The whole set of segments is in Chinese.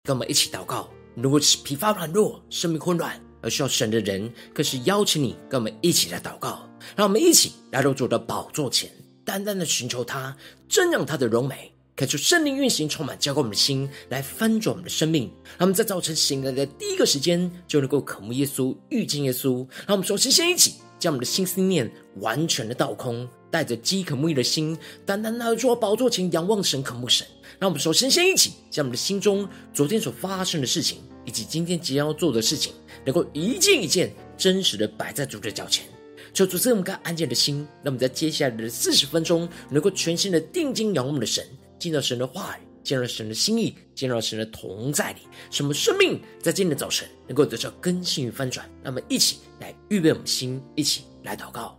跟我们一起祷告。如果是疲乏软弱、生命混乱而需要神的人，更是邀请你跟我们一起来祷告。让我们一起来到主的宝座前，单单的寻求他，瞻仰他的荣美，恳求圣灵运行充满浇灌我们的心，来翻转我们的生命。让我们在早晨醒来的第一个时间就能够渴慕耶稣，遇见耶稣。让我们首先一起将我们的心思念完全的倒空，带着饥渴沐浴的心，单单来到主宝座前仰望神，渴慕神。让我们首先一起将我们的心中昨天所发生的事情，以及今天即将要做的事情，能够一件一件真实的摆在主的脚前。求主赐我们个安静的心，让我们在接下来的40分钟能够全心的定睛仰望我们的神，进到神的话语，进入神的心意，进入神的同在里，使我们生命在今天的早晨能够得到更新与翻转。让我们一起来预备我们心，一起来祷告。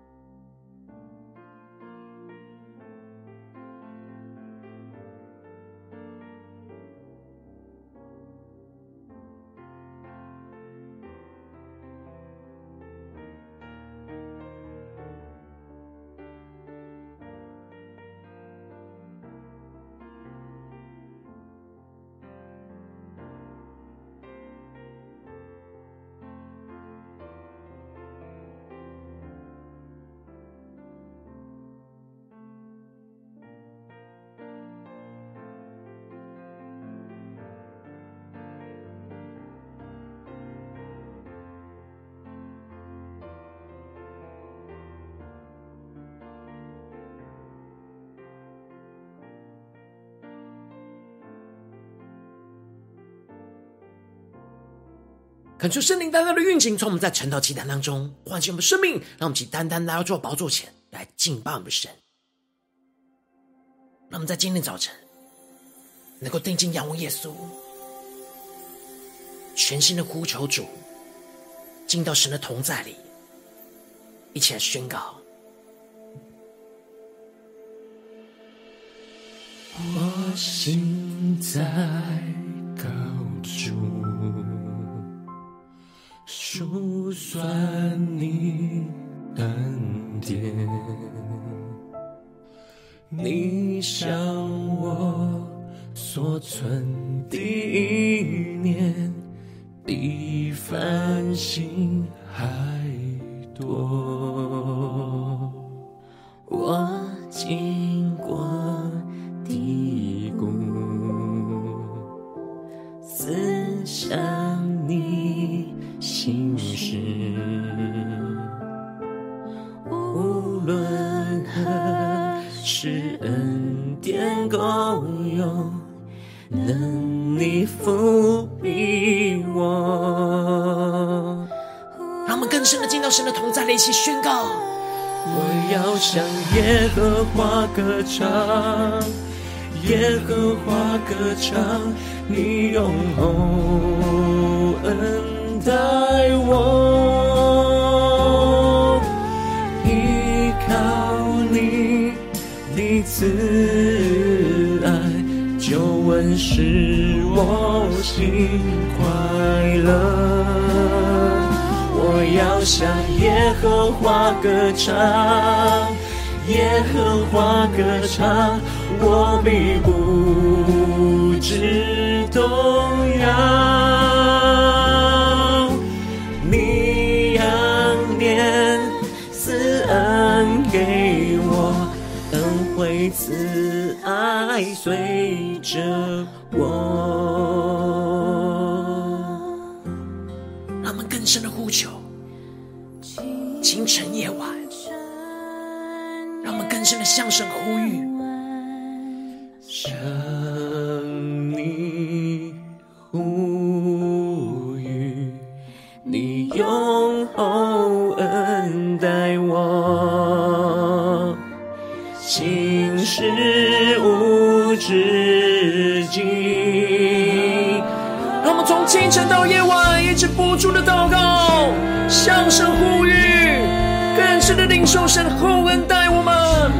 恳求圣灵单单的运行，从我们在晨祷祈祷当中唤醒我们生命，让我们一起单单来到主的宝座前来敬拜我们的神。让我们在今天早晨能够定睛仰望耶稣，全心的呼求主，进到神的同在里，一起来宣告： 我心在高处，数算你恩典，你向我所存的意念，比繁星还多。我经过低谷，思想你心事，无论何时恩典够用，能你扶庇我。 让我们更深的进到神的同在里，一起宣告： 我要向耶和华歌唱，耶和华歌唱，你用厚恩待我，依靠你的慈爱，救恩使我心快乐。我要向耶和华歌唱，耶和华歌唱，我必不致动摇。你仰念赐恩给我，恩惠慈爱随着我。 让我们更深的呼求，清晨夜晚，让我们更深的向神呼吁， 向你呼吁，你用厚恩待我，心事无止境。 让我们从清晨到夜晚一直不住的祷告，向神呼吁，更深的领受神厚恩待我们。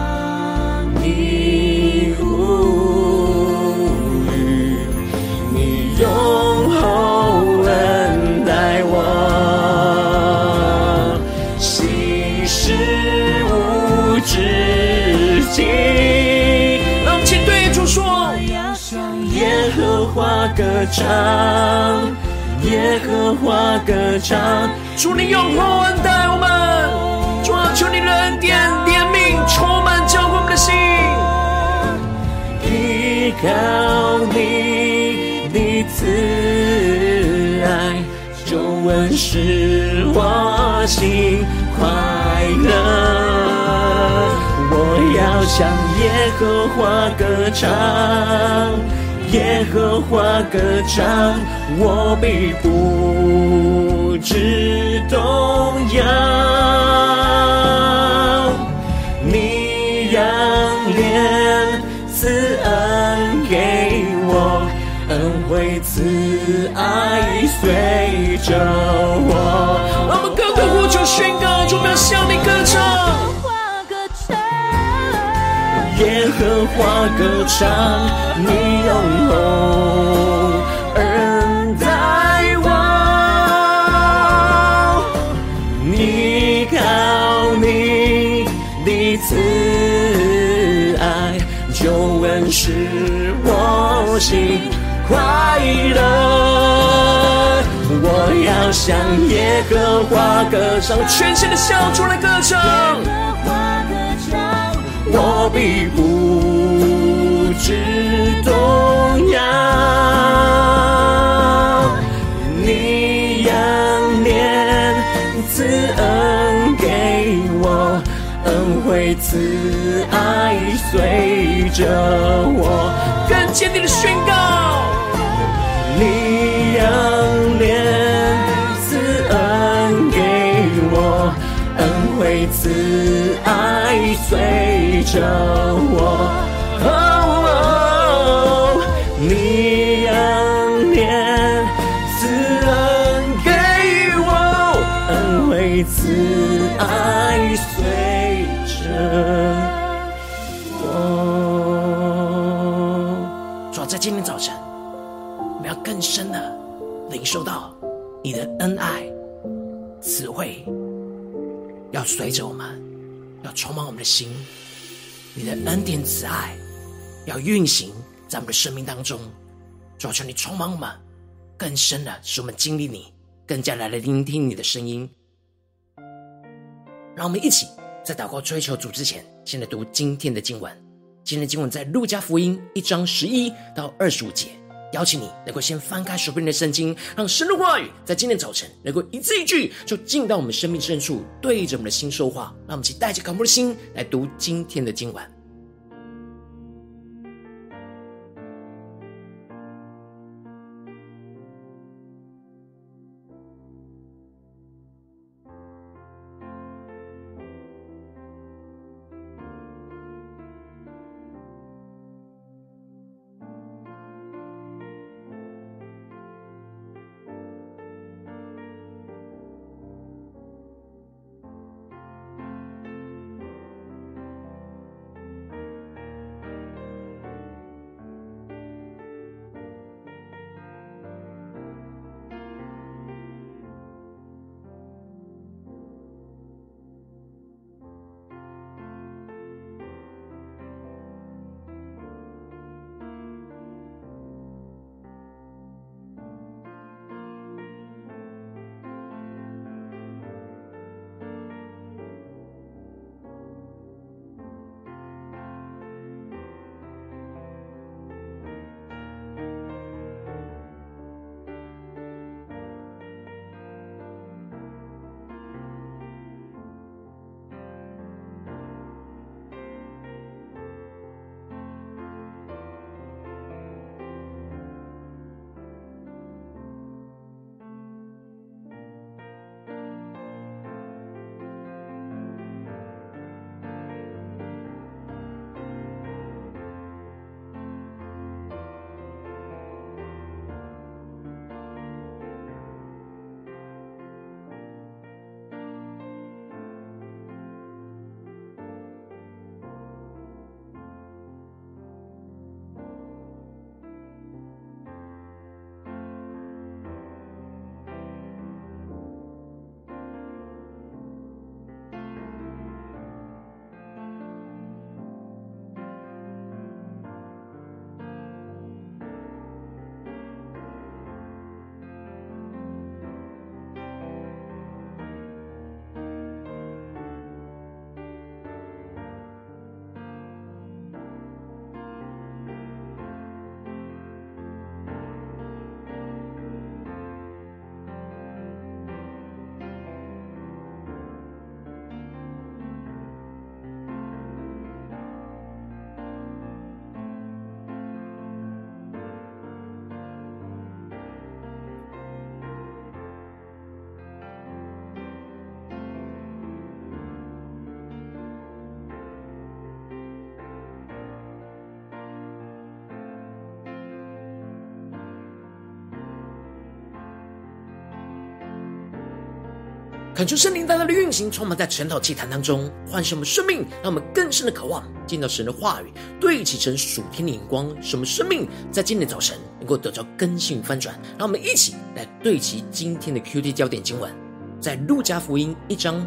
你呼吁，你用厚恩待我，心事无止境。 让我们请对主说： 耶和华歌唱，耶和华歌唱。主你用厚恩待我们，主啊，求你的恩典怜悯充满浇灌我们的心。依靠你的慈爱，救恩使我心快乐。我要向耶和华歌唱，耶和华歌唱，我必不致动摇。你让怜赐恩给我，恩惠慈爱随着我。让我们更多呼求宣告，主，我们要向你歌唱。耶和华歌唱，你用厚恩待我，你靠你的慈爱，救恩使我心快乐。我要向耶和华歌唱，全心的向主来歌唱。我必不致动摇，你让怜赐恩给我，恩惠慈爱随着我。更坚定的宣告，你让怜赐恩给我，恩惠慈爱随着我。你让怜赐恩给我，恩惠慈爱随着我。 主要在今天早晨，我们要更深的领受到你的恩爱慈惠，要随着我们，要充满我们的心。你的恩典慈爱要运行在我们的生命当中。主要求你充满我们，更深的使我们经历你，更加来聆听你的声音。让我们一起在祷告追求主之前，先来读今天的经文。今天的经文在路加福音1章11到25节。邀请你能够先翻开手边的圣经，让神的话语在今天早晨能够一字一句就进到我们生命深处，对着我们的心说话。让我们一起带着渴慕的心来读今天的经文。 恳求圣灵大大的运行，充满在晨祷祭坛当中，唤醒我们生命，让我们更深的渴望见到神的话语，对齐成属天的眼光，使我们生命在今天的早晨能够得到更新翻转。让我们一起来对齐今天的 QT 焦点经文，在路加福音1章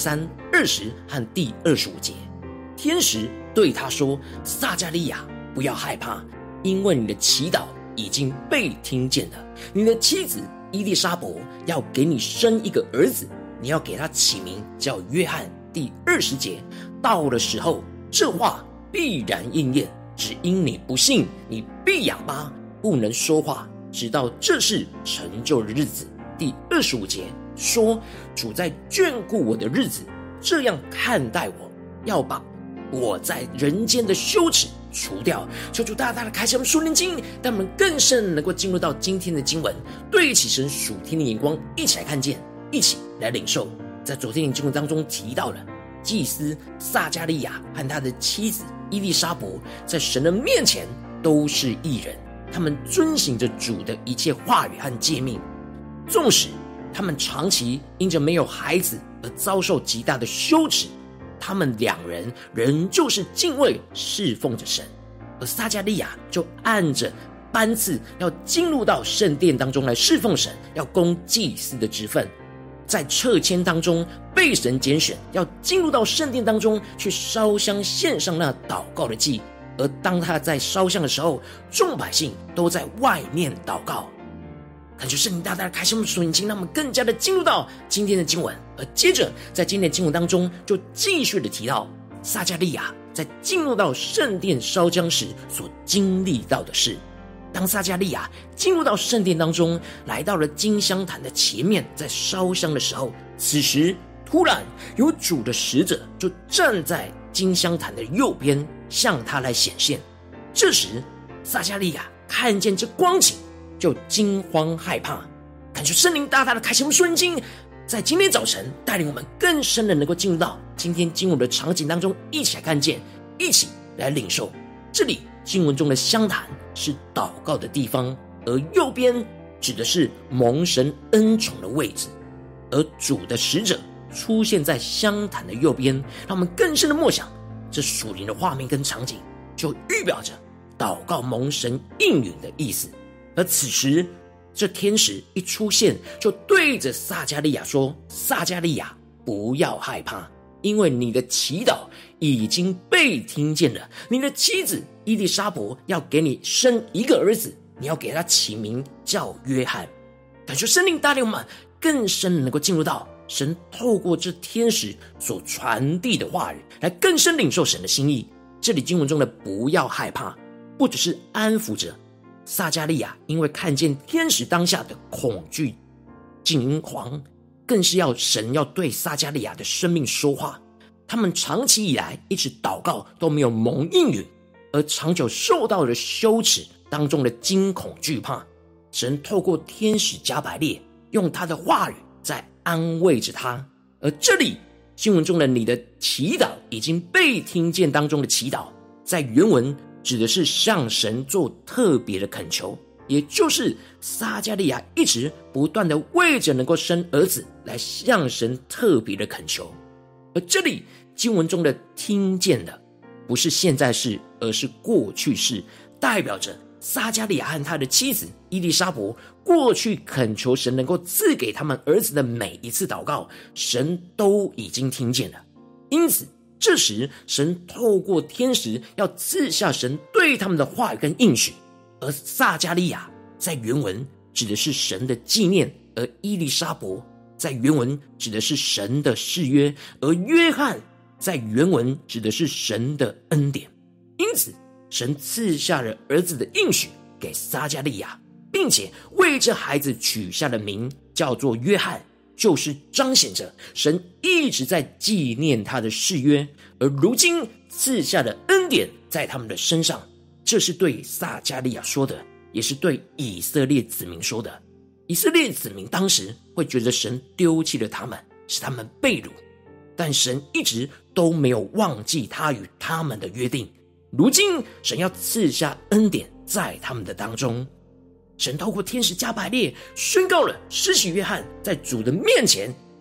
13、20和第25节。天使对他说：撒迦利亚，不要害怕，因为你的祈祷已经被听见了。你的妻子伊丽莎伯要给你生一个儿子，你要给他起名叫约翰。第20节，到了时候，这话必然应验，只因你不信，你闭哑巴，不能说话，直到这事成就的日子。第25节说：主在眷顾我的日子，这样看待我，要把我在人间的羞耻除掉。求主大大的开启我们属灵经，让我们更深能够进入到今天的经文，对齐神属天的眼光，一起来看见，一起来领受。在昨天的经文当中提到了祭司撒迦利亚和他的妻子伊丽莎伯在神的面前都是义人，他们遵行着主的一切话语和诫命，纵使他们长期因着没有孩子而遭受极大的羞耻，他们两人仍旧是敬畏侍奉着神。而撒迦利亚就按着班次要进入到圣殿当中来侍奉神，要供祭司的职分，在撤迁当中被神拣选，要进入到圣殿当中去烧香献上那祷告的祭。而当他在烧香的时候，众百姓都在外面祷告。恳求圣灵大大的开启我们属灵经，让我们更加的进入到今天的经文。而接着在今天的经文当中，就继续的提到撒迦利亚在进入到圣殿烧香时所经历到的事。当撒迦利亚进入到圣殿当中，来到了金香坛的前面，在烧香的时候，此时突然有主的使者就站在金香坛的右边，向他来显现。这时撒迦利亚看见这光景，就惊慌害怕。恳求圣灵大大的开启我们属灵经，在今天早晨带领我们更深的能够进入到今天经文的场景当中，一起来看见，一起来领受。这里经文中的香坛是祷告的地方，而右边指的是蒙神恩宠的位置，而主的使者出现在香坛的右边，让我们更深的默想这属灵的画面跟场景，就预表着祷告蒙神应允的意思。而此时这天使一出现，就对着撒迦利亚说：撒迦利亚，不要害怕，因为你的祈祷已经被听见了。你的妻子伊丽莎伯要给你生一个儿子，你要给他起名叫约翰。感谢圣灵带领我们更深能够进入到神透过这天使所传递的话语，来更深领受神的心意。这里经文中的不要害怕，不只是安抚着撒迦利亚因为看见天使当下的恐惧惊惶，更是要神要对撒迦利亚的生命说话。他们长期以来一直祷告都没有蒙应允，而长久受到了羞耻当中的惊恐惧怕，神透过天使加百列用他的话语在安慰着他。而这里经文中的你的祈祷已经被听见当中的祈祷，在原文指的是向神做特别的恳求，也就是撒迦利亚一直不断的为着能够生儿子来向神特别的恳求。而这里经文中的听见了不是现在式，而是过去式，代表着撒迦利亚和他的妻子伊丽莎伯过去恳求神能够赐给他们儿子的每一次祷告，神都已经听见了。因此这时神透过天使要赐下神对他们的话语跟应许。而撒迦利亚在原文指的是神的纪念，而伊丽莎伯在原文指的是神的誓约，而约翰在原文指的是神的恩典。因此神赐下了儿子的应许给撒迦利亚，并且为这孩子取下了名叫做约翰，就是彰显着神一直在纪念他的誓约，而如今赐下的恩典在他们的身上。这是对撒迦利亚说的，也是对以色列子民说的。以色列子民当时会觉得神丢弃了他们，使他们被掳，但神一直都没有忘记他与他们的约定。如今神要赐下恩典在他们的当中，神透过天使加百列宣告了施洗约翰在主的面前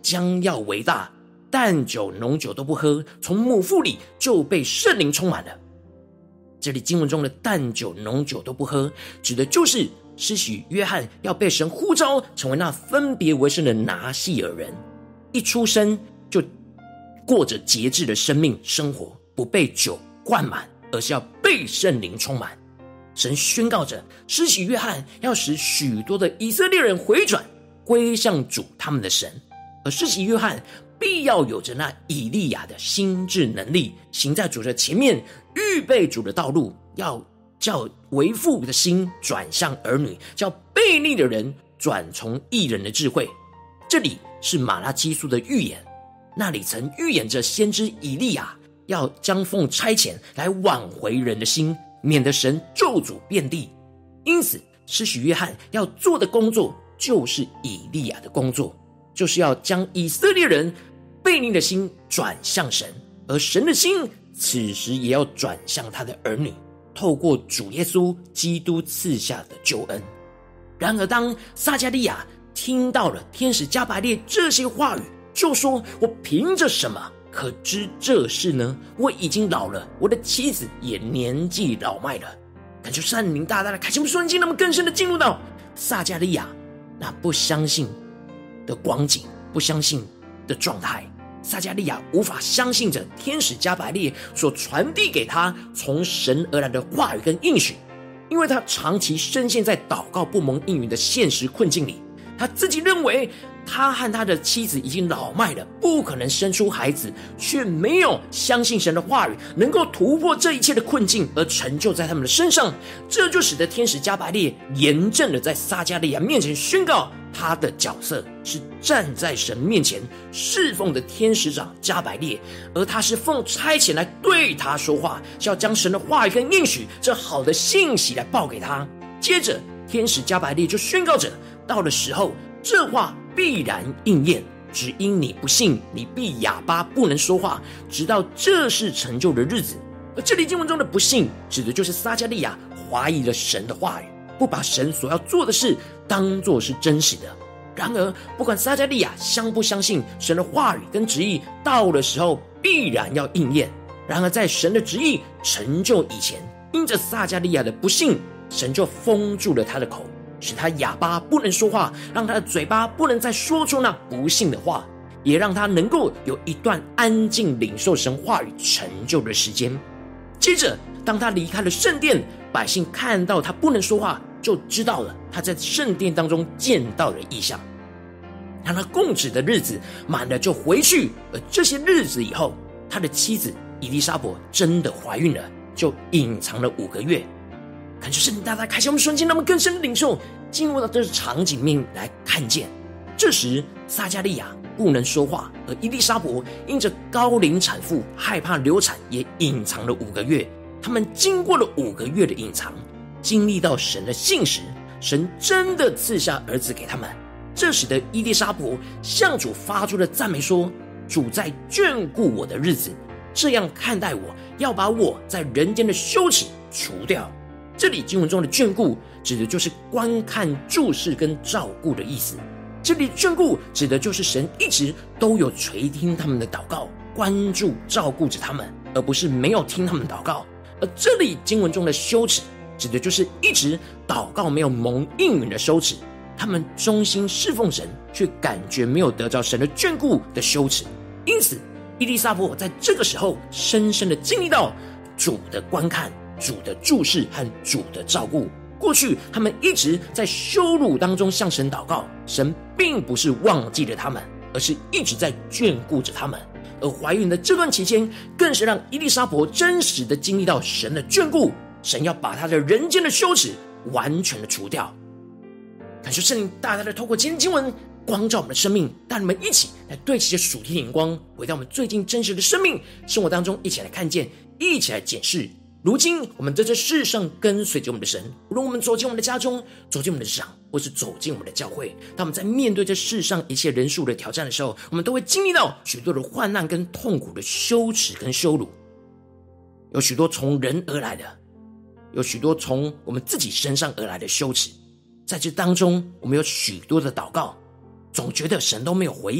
将要为大，淡酒浓酒都不喝，从母腹里就被圣灵充满了。这里经文中的淡酒浓酒都不喝，指的就是施洗约翰要被神呼召成为那分别为圣的拿细尔人，一出生就过着节制的生命生活，不被酒灌满，而是要被圣灵充满。神宣告着施洗约翰要使许多的以色列人回转归向主他们的神，而施洗约翰必要有着那以利亚的心智能力，行在主的前面，预备主的道路，要叫为父的心转向儿女，叫悖逆的人转从义人的智慧。这里是马拉基书的预言，那里曾预言着先知以利亚要将奉差遣来挽回人的心，免得神咒诅遍地。因此施洗约翰要做的工作就是以利亚的工作，就是要将以色列人悖逆的心转向神，而神的心此时也要转向他的儿女，透过主耶稣基督赐下的救恩。然而当撒迦利亚听到了天使加百列这些话语，就说：我凭着什么可知这事呢？我已经老了，我的妻子也年纪老迈了。感谢圣灵大大的开启我们瞬间，那么更深的进入到撒迦利亚那不相信的光景，不相信的状态。撒迦利亚无法相信着天使加百列所传递给他从神而来的话语跟应许，因为他长期深陷在祷告不蒙应允的现实困境里。他自己认为他和他的妻子已经老迈了，不可能生出孩子，却没有相信神的话语能够突破这一切的困境而成就在他们的身上。这就使得天使加百列严正的在撒迦利亚面前宣告，他的角色是站在神面前侍奉的天使长加百列，而他是奉差遣来对他说话，是要将神的话语跟应许这好的信息来报给他。接着天使加百列就宣告着，到了时候这话必然应验，只因你不信，你必哑巴不能说话，直到这事成就的日子。而这里经文中的不信，指的就是撒迦利亚怀疑了神的话语，不把神所要做的事当作是真实的。然而不管撒迦利亚相不相信神的话语跟旨意，到了时候必然要应验。然而在神的旨意成就以前，因着撒迦利亚的不信，神就封住了他的口，使他哑巴不能说话，让他的嘴巴不能再说出那不信的话，也让他能够有一段安静领受神话语成就的时间。接着当他离开了圣殿，百姓看到他不能说话，就知道了他在圣殿当中见到了异象。让他供职的日子满了就回去，而这些日子以后，他的妻子以利沙伯真的怀孕了，就隐藏了5个月。感谢圣灵大大开启我们瞬间，让我们更深的领受，进入到这场景面来看见。这时撒迦利亚不能说话，而以利沙伯因着高龄产妇害怕流产，也隐藏了5个月。他们经过了5个月的隐藏，经历到神的信实，神真的赐下儿子给他们。这使得以利沙伯向主发出了赞美说：主在眷顾我的日子，这样看待我，要把我在人间的羞耻除掉。这里经文中的眷顾指的就是观看、注视跟照顾的意思。这里眷顾指的就是神一直都有垂听他们的祷告，关注照顾着他们，而不是没有听他们祷告。而这里经文中的羞耻指的就是一直祷告没有蒙应允的羞耻，他们忠心侍奉神却感觉没有得着神的眷顾的羞耻。因此以利沙伯在这个时候深深的经历到主的观看、主的注视和主的照顾。过去他们一直在羞辱当中向神祷告，神并不是忘记了他们，而是一直在眷顾着他们。而怀孕的这段期间，更是让以利沙伯真实的经历到神的眷顾，神要把他的人间的羞耻完全的除掉。感谢圣灵大大的透过今天经文光照我们的生命，带你们一起来对齐着属天的眼光，回到我们最近真实的生命生活当中，一起来看见，一起来检视。如今我们在这世上跟随着我们的神，无论我们走进我们的家中，走进我们的职场，或是走进我们的教会，当我们在面对这世上一切人数的挑战的时候，我们都会经历到许多的患难跟痛苦的羞耻跟羞辱，有许多从人而来的，有许多从我们自己身上而来的羞耻。在这当中我们有许多的祷告，总觉得神都没有回应，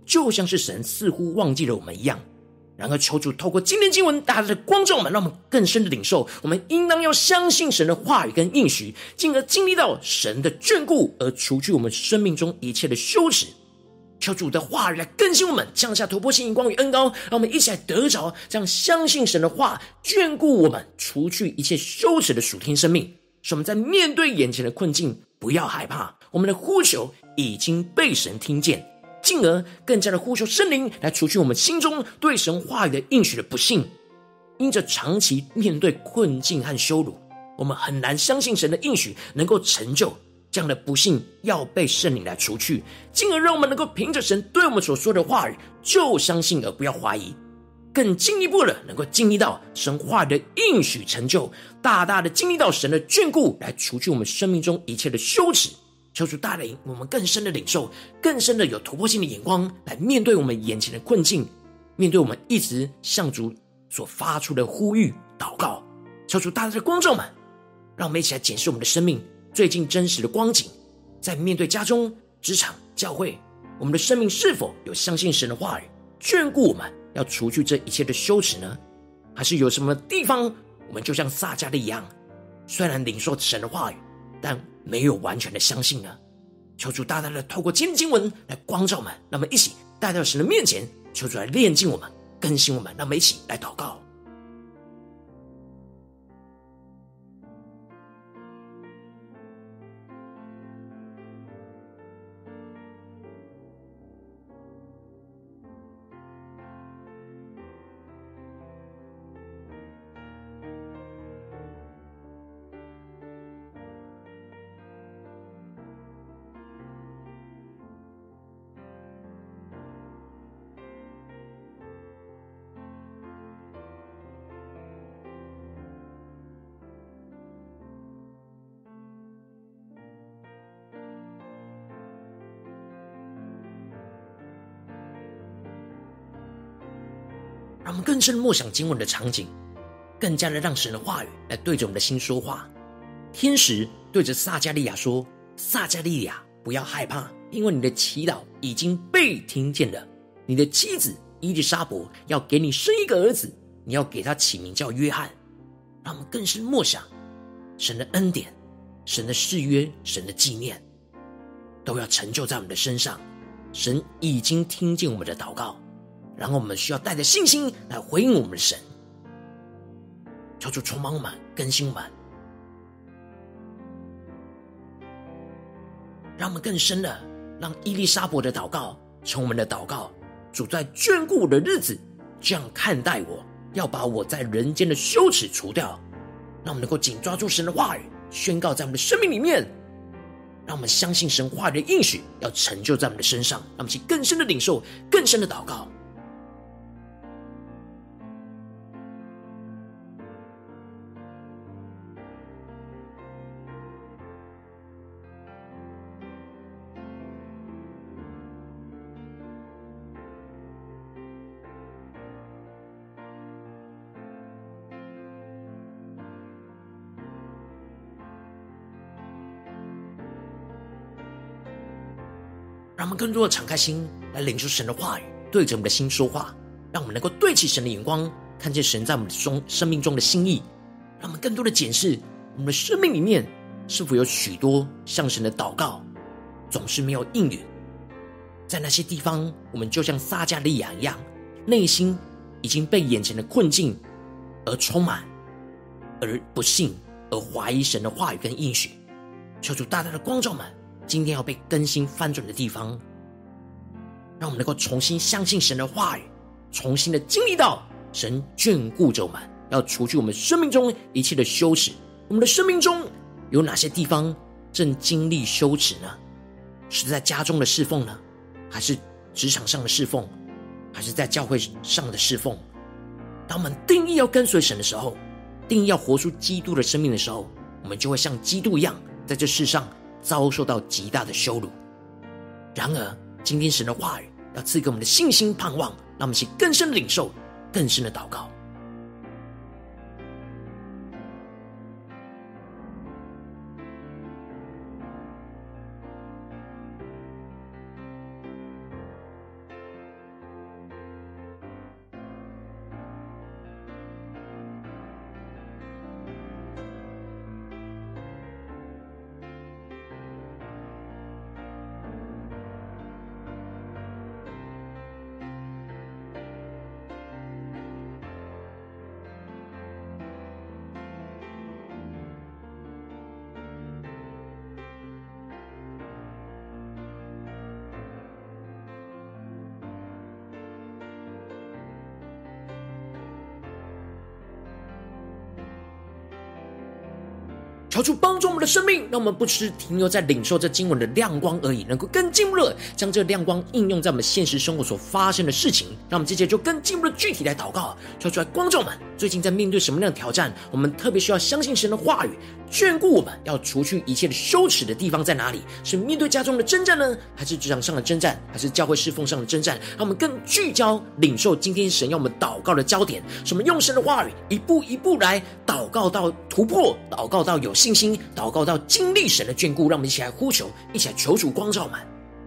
就像是神似乎忘记了我们一样。然而求主透过今天经文大家的光照们，让我们更深的领受，我们应当要相信神的话语跟应许，进而经历到神的眷顾，而除去我们生命中一切的羞耻。求主的话语来更新我们，降下突破性荧光与恩膏，让我们一起来得着这样相信神的话，眷顾我们，除去一切羞耻的属天生命，使我们在面对眼前的困境不要害怕，我们的呼求已经被神听见，进而更加的呼求圣灵来除去我们心中对神话语的应许的不信。因着长期面对困境和羞辱，我们很难相信神的应许能够成就，这样的不幸要被圣灵来除去，进而让我们能够凭着神对我们所说的话语就相信而不要怀疑，更进一步的能够经历到神话语的应许成就，大大的经历到神的眷顾，来除去我们生命中一切的羞耻。求主带领我们更深的领受，更深的有突破性的眼光来面对我们眼前的困境，面对我们一直向主所发出的呼吁祷告。求主大大的光照们，让我们一起来检视我们的生命最近真实的光景，在面对家中、职场、教会，我们的生命是否有相信神的话语眷顾我们，要除去这一切的羞耻呢？还是有什么地方我们就像撒迦利一样，虽然领受神的话语，但没有完全的相信呢？求主大大的透过今天经文来光照我们，让我们一起带到神的面前，求主来炼净我们，更新我们。让我们一起来祷告。让我们更深默想经文的场景，更加的让神的话语来对着我们的心说话。天使对着撒迦利亚说：撒迦利亚，不要害怕，因为你的祈祷已经被听见了。你的妻子伊丽莎白要给你生一个儿子，你要给他起名叫约翰。让我们更深默想神的恩典、神的誓约、神的纪念，都要成就在我们的身上。神已经听见我们的祷告，然后我们需要带着信心来回应我们的神。求主充满我们，更新我们，让我们更深的让伊丽莎白的祷告成我们的祷告。主在眷顾我的日子这样看待我，要把我在人间的羞耻除掉。让我们能够紧抓住神的话语，宣告在我们的生命里面，让我们相信神话语的应许要成就在我们的身上。让我们去更深的领受，更深的祷告。让我们更多的敞开心来领受神的话语，对着我们的心说话，让我们能够对齐神的眼光，看见神在我们生命中的心意。让我们更多的检视我们的生命里面是否有许多向神的祷告总是没有应允。在那些地方，我们就像撒迦利亚一样，内心已经被眼前的困境而充满，而不信，而怀疑神的话语跟应许。求主大大的光照们今天要被更新翻转的地方，让我们能够重新相信神的话语，重新的经历到神眷顾着我们，要除去我们生命中一切的羞耻。我们的生命中有哪些地方正经历羞耻呢？是在家中的侍奉呢，还是职场上的侍奉，还是在教会上的侍奉？当我们定义要跟随神的时候，定义要活出基督的生命的时候，我们就会像基督一样，在这世上遭受到极大的羞辱。然而今天神的话语要赐给我们的信心盼望，让我们一起更深的领受，更深的祷告。 求主帮助我们的生命，让我们不只是停留在领受这经文的亮光而已，能够更进一步的将这亮光应用在我们现实生活所发生的事情。让我们接着就更进一步的具体来祷告，说出来，观众们最近在面对什么样的挑战？我们特别需要相信神的话语，眷顾我们，要除去一切的羞耻的地方在哪里？是面对家中的征战呢，还是职场上的征战，还是教会侍奉上的征战？让我们更聚焦领受今天神要我们祷告的焦点，什么用神的话语一步一步来祷告到突破，祷告到有信心，祷告到经历神的眷顾。让我们一起来呼求，一起来求主光照我们。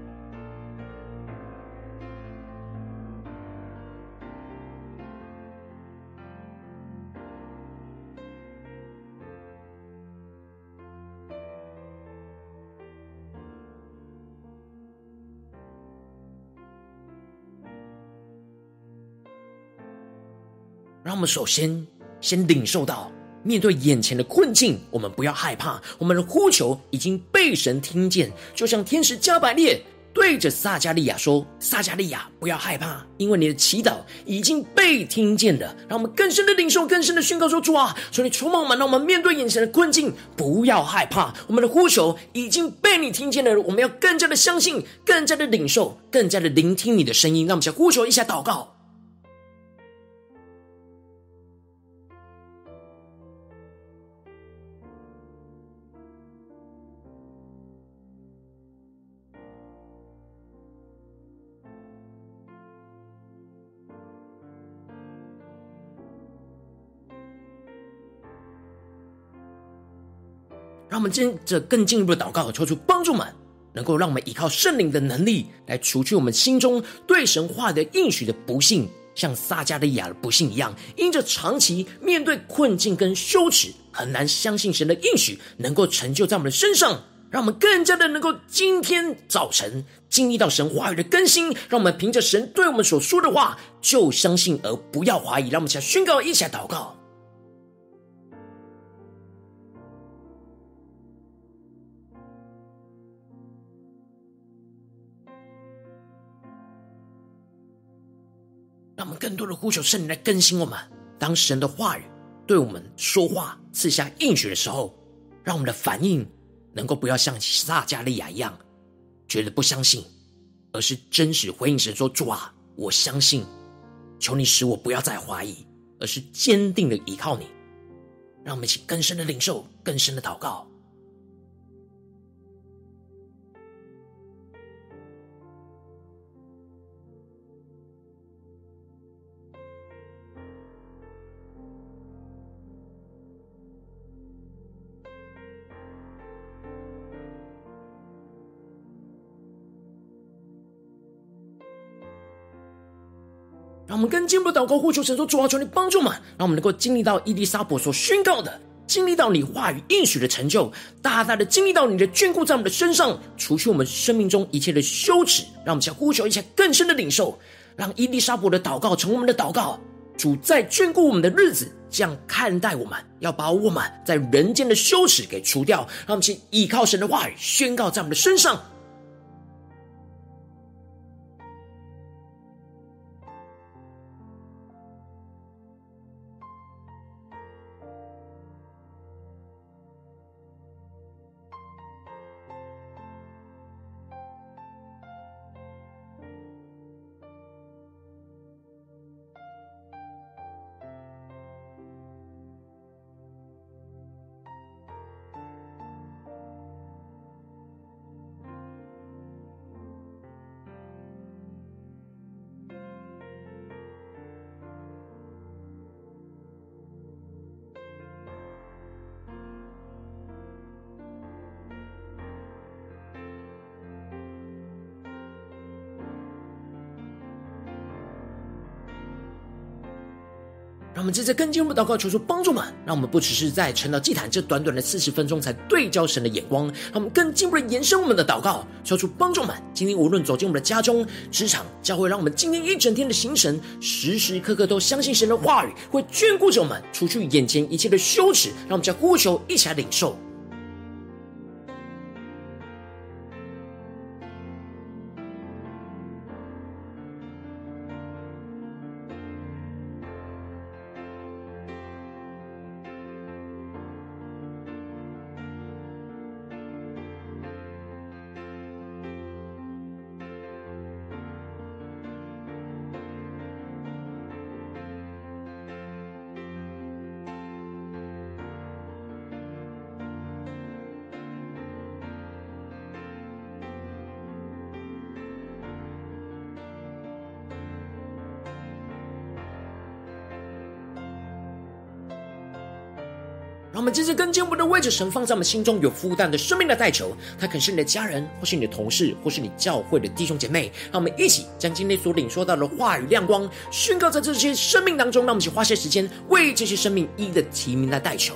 让我们首先领受到，面对眼前的困境，我们不要害怕，我们的呼求已经被神听见，就像天使加百列对着撒迦利亚说：撒迦利亚，不要害怕，因为你的祈祷已经被听见了。让我们更深的领受，更深的宣告说：主啊，求你充满我们，让我们面对眼前的困境不要害怕，我们的呼求已经被你听见了。我们要更加的相信，更加的领受，更加的聆听你的声音。让我们先呼求一下祷告。让我们接着更进一步的祷告，求主帮助我们，能够让我们依靠圣灵的能力来除去我们心中对神话的应许的不信，像撒迦利亚的不信一样，因着长期面对困境跟羞耻，很难相信神的应许能够成就在我们的身上。让我们更加的能够今天早晨经历到神话语的更新，让我们凭着神对我们所说的话就相信，而不要怀疑。让我们一起来宣告，一起来祷告。让我们更多的呼求圣灵来更新我们。当神的话语对我们说话赐下应许的时候，让我们的反应能够不要像撒迦利亚一样觉得不相信，而是真实回应神说：主啊，我相信，求你使我不要再怀疑，而是坚定的依靠你。让我们一起更深的领受，更深的祷告。让我们更进一步的祷告，呼求神说：主啊，求你帮助我们，让我们能够经历到伊丽莎伯所宣告的，经历到你话语应许的成就，大大的经历到你的眷顾在我们的身上，除去我们生命中一切的羞耻。让我们想呼求一切更深的领受，让伊丽莎伯的祷告成为我们的祷告。主在眷顾我们的日子这样看待我们，要把我们在人间的羞耻给除掉。让我们去依靠神的话语宣告在我们的身上。让我们接着更进一步祷告，求主帮助我们，让我们不只是在晨祷祭坛这短短的40分钟才对焦神的眼光，让我们更进一步的延伸我们的祷告，求主帮助我们今天无论走进我们的家中、职场、教会，让我们今天一整天的行程时时刻刻都相信神的话语会眷顾着我们，除去眼前一切的羞耻。让我们将呼求一起来领受。 让我们接着更进一步的为着神放在我们心中有负担的生命的代求，他可能是你的家人，或是你的同事，或是你教会的弟兄姐妹。让我们一起将今天所领受到的话语亮光宣告在这些生命当中，让我们一起花些时间为这些生命一一的提名来代求。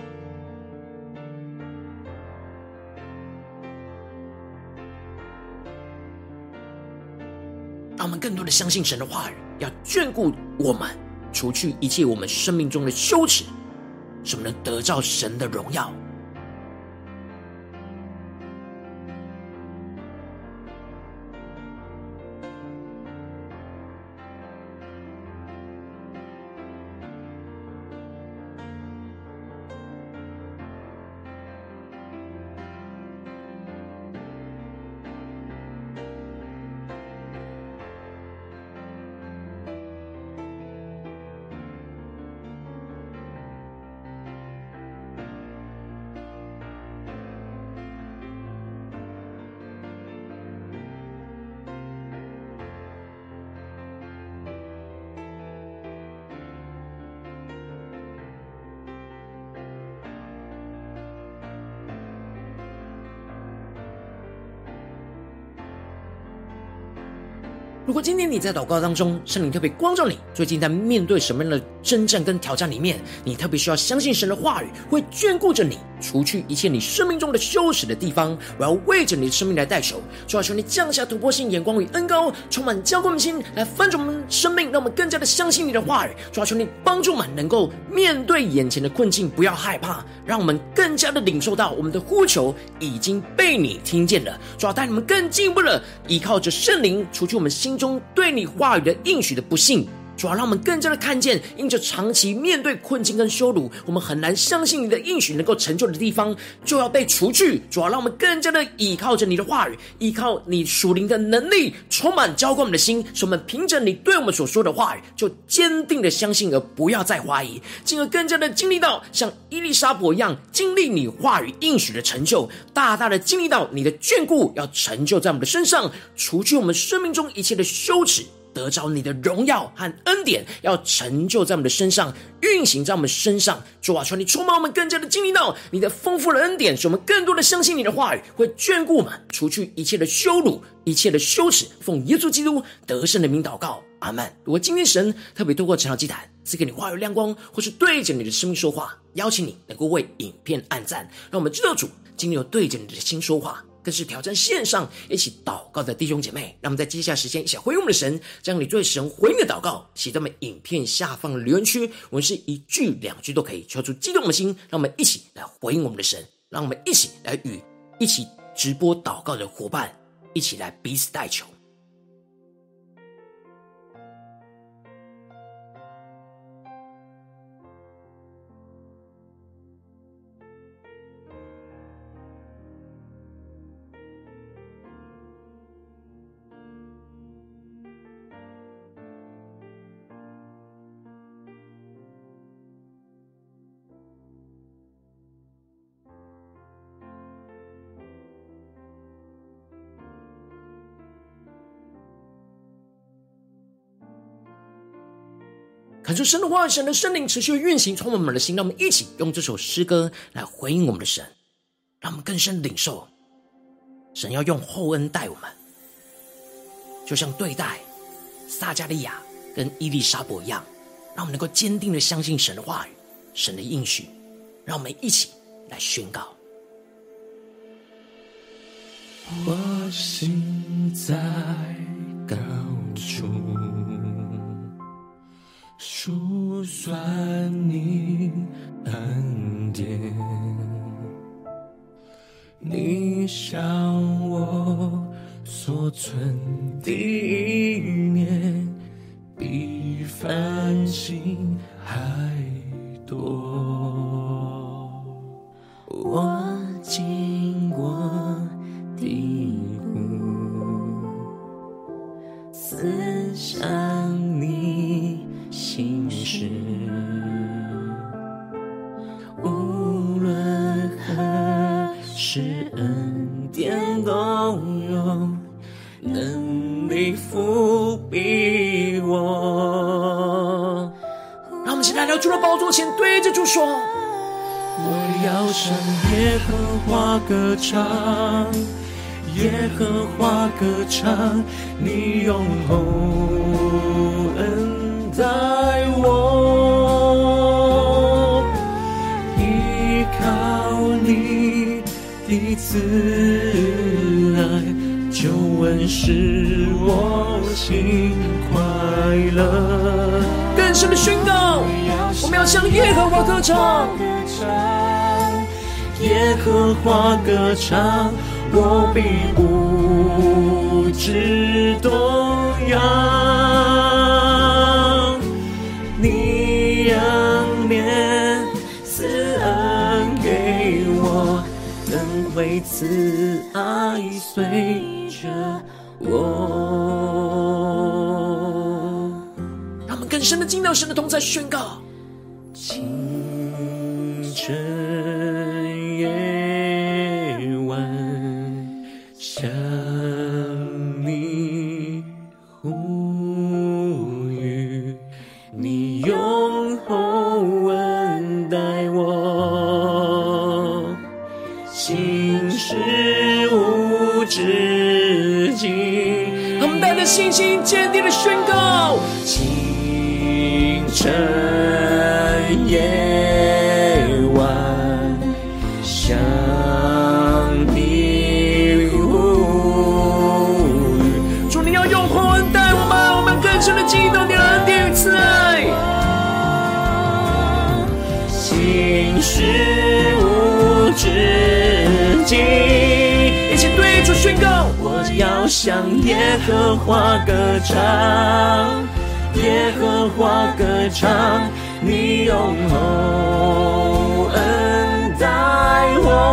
让我们更多的相信神的话语，要眷顾我们，除去一切我们生命中的羞耻，使我们能得到神的荣耀。如果今天你在祷告当中，圣灵特别光照你，最近在面对什么样的征战跟挑战里面，你特别需要相信神的话语会眷顾着你，除去一切你生命中的羞耻的地方。我要为着你的生命来代求，主要求你降下突破性眼光与恩膏，充满浇灌的心来翻转我们生命，让我们更加的相信你的话语。主要求你帮助我们能够面对眼前的困境，不要害怕，让我们更加的领受到我们的呼求已经被你听见了。主要带你们更进一步的依靠着圣灵，除去我们心中对你话语的应许的不信。主要让我们更加的看见，因着长期面对困境跟羞辱，我们很难相信你的应许能够成就的地方，就要被除去。主要让我们更加的依靠着你的话语，依靠你属灵的能力，充满浇灌我们的心，使我们凭着你对我们所说的话语，就坚定的相信，而不要再怀疑，进而更加的经历到像伊丽莎伯一样，经历你话语应许的成就，大大的经历到你的眷顾要成就在我们的身上，除去我们生命中一切的羞耻，得着你的荣耀和恩典，要成就在我们的身上，运行在我们身上。主啊，求你充满我们，更加的经历到你的丰富的恩典，使我们更多的相信你的话语会眷顾我们，除去一切的羞辱，一切的羞耻。奉耶稣基督得胜的名祷告，阿们。如果今天神特别透过晨祷祭坛赐给你话语亮光，或是对着你的生命说话，邀请你能够为影片按赞，让我们知道主今天有对着你的心说话，更是挑战线上一起祷告的弟兄姐妹。让我们在接下来时间一起回应我们的神，将你对神回应的祷告写在我们影片下方的留言区，我们是一句两句都可以，求出激动的心，让我们一起来回应我们的神，让我们一起来与一起直播祷告的伙伴一起来彼此代求。恳求神的话语，神的圣灵持续运行，充满我们的心。让我们一起用这首诗歌来回应我们的神，让我们更深领受神要用厚恩待我们，就像对待撒迦利亚跟伊丽莎伯一样，让我们能够坚定的相信神的话语，神的应许。让我们一起来宣告。 我心在高处，数算你恩典，你向我所存的意念，比繁星还多。我经过低谷，思想你心事，无论何时恩典共用，能力覆庇我。 让我们一起来到主的宝座前，对着主说： 我要向耶和华歌唱，耶和华歌唱，你用厚恩待我，依靠你的慈爱，救恩使我心快乐。 更深的宣告，我们要向耶和华歌唱， 耶和华歌唱，我必不致动摇。你仰脸赐恩给我，恩惠慈爱随着我。 让我们更深的进到神的同在，宣告清晨夜晚，向你呼吁，你用厚恩待我，心事无止境。 我们带着信心坚定的宣告， 清晨夜晚，向你呼吁。 主，你要用厚恩待我们，我们更深的经历到你的恩典与慈爱。 心事无止境， 一起对主宣告， 我要向耶和华歌唱，耶和华歌唱，你用厚恩待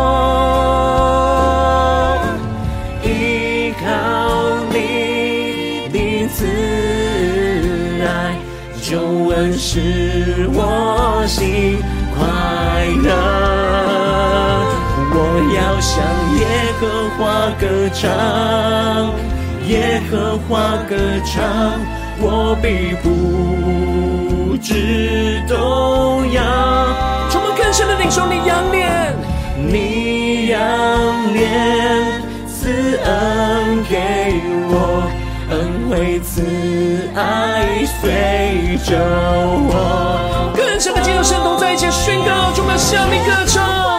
我，依靠你的慈爱，救恩使我心快乐。我要向耶和华歌唱，耶和华歌唱，我必不致动摇。 充满更深的领受你仰脸， 你仰脸赐恩给我，恩惠慈爱随着我。 更深的进入神同在一起宣告，主，我们要向你歌唱。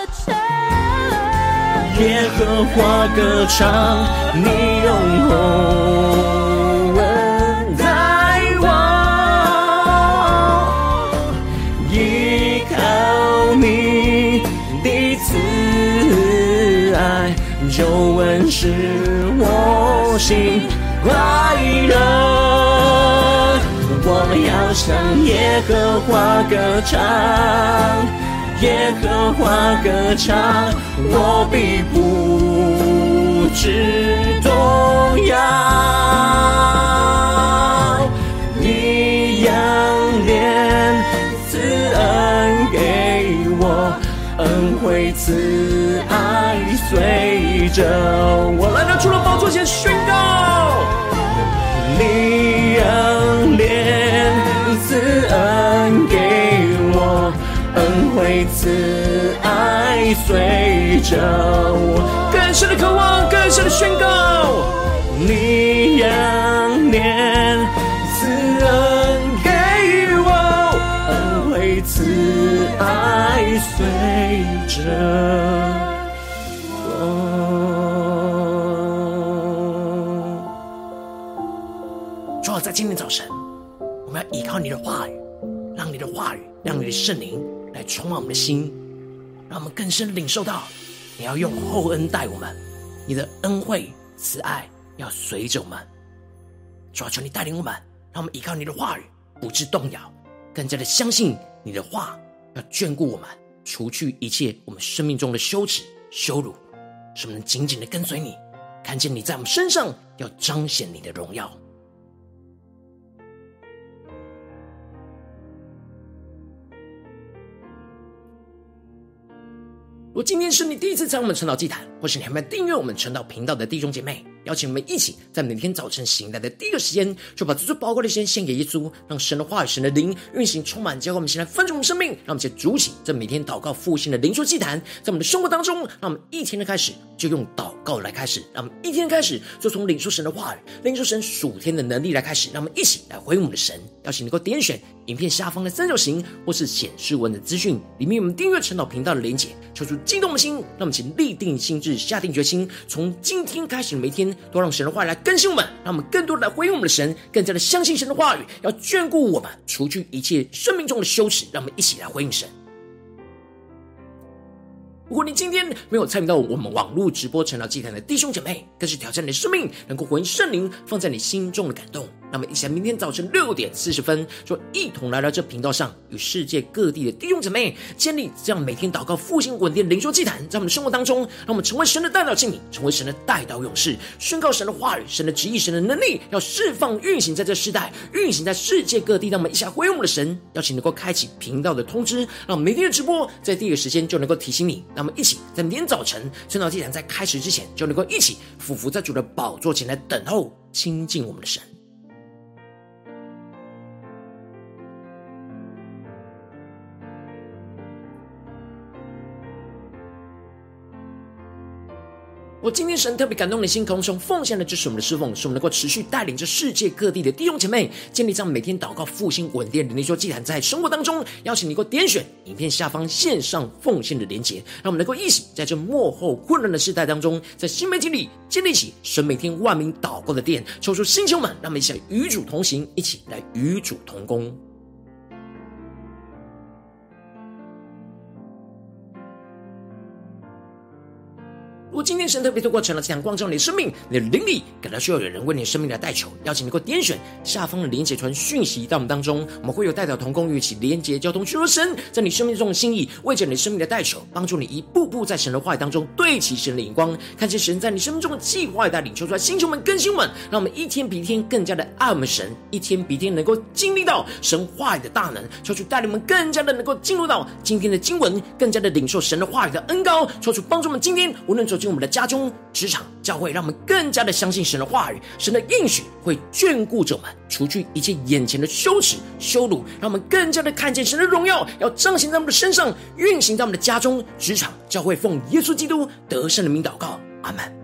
耶和华歌唱，你用厚恩待我，依靠你的慈爱，救恩使我心快乐。我们要向耶和华歌唱，耶和华歌唱，我必不致动摇。你仰脸赐恩给我，恩惠慈爱随着我。 来到主的宝座前宣告， 你仰脸赐恩给我，恩惠慈爱随着我。 更深的渴望，更深的宣告， 你仰脸赐恩给我，恩惠慈爱随着我。 主要在今天早晨，我们要依靠你的话语，让你的话语，让你的圣灵来充满我们的心，让我们更深领受到你要用厚恩待我们，你的恩惠慈爱要随着我们。主要求你带领我们，让我们依靠你的话语不致动摇，更加的相信你的话要眷顾我们，除去一切我们生命中的羞耻羞辱，使我们能紧紧的跟随你，看见你在我们身上要彰显你的荣耀。如果今天是你第一次参与我们晨祷祭坛，或是你还没有订阅我们晨祷频道的弟兄姐妹， 邀请我们一起在每天早晨醒来的第一个时间，就把最宝贵的时间献给耶稣，让神的话语、神的灵运行充满，浇灌我们现在分盛我们生命。让我们一起筑起这每天祷告复兴的灵修祭坛，在我们的生活当中，让我们一天的开始就用祷告来开始，让我们一天的开始就从领受神的话语、领受神属天的能力来开始。让我们一起来回应我们的神。邀请能够点选影片下方的三角形或是显示文的资讯，里面我们订阅晨祷频道的连结，求出激动的心，让我们一起立定心志，下定决心，从今天开始的每一天都让神的话语来更新我们，让我们更多的来回应我们的神，更加的相信神的话语，要眷顾我们，除去一切生命中的羞耻。让我们一起来回应神。如果你今天没有参与到我们网络直播晨祷祭坛的弟兄姐妹，更是挑战你的生命，能够回应圣灵放在你心中的感动。那么一起来明天早晨6点40分，就一同来到这频道上，与世界各地的弟兄姐妹建立这样每天祷告复兴稳定的灵修祭坛，在我们的生活当中，让我们成为神的代祷器皿，成为神的代祷勇士，宣告神的话语、神的旨意、神的能力，要释放运行在这世代，运行在世界各地。让我们一起来回应我们的神，邀请能够开启频道的通知，让我们每天的直播在第一个时间就能够提醒你。让我们一起在明天早晨晨祷祭坛在开始之前，就能够一起俯伏在主的宝座前来等候亲近我们的神。我今天神特别感动的心，空中奉献的就是我们的侍奉，使我们能够持续带领着世界各地的弟兄姐妹建立这样每天祷告复兴稳定的灵修祭坛，在生活当中邀请你能够点选影片下方线上奉献的连结，让我们能够一起在这末后混乱的世代当中，在新媒体里建立起神每天万名祷告的殿，抽出星球们，让我们一起来与主同行，一起来与主同工。如果今天神特别透过晨祷祭坛光照你的生命，你的灵里感到需要有人为你的生命来代求，邀请你能够点选下方的连结传讯息到我们当中，我们会有代祷同工一起连结交通，寻求神在你生命中的心意，为着你生命的代求，帮助你一步步在神的话语当中对齐神的眼光，看见神在你生命中的计划带领，求出来星球们更新们，让我们一天比一天更加的爱我们神，一天比一天能够经历到神话语的大能，求主带领我们更加的能够进入到今天的经文，更加的领受神的话语的恩膏，求主帮助我们今天无论走进我们的家中、职场、教会，让我们更加的相信神的话语，神的应许会眷顾着我们，除去一切眼前的羞耻、羞辱，让我们更加的看见神的荣耀，要彰显在我们的身上，运行在我们的家中、职场、教会，奉耶稣基督得胜的名祷告，阿们。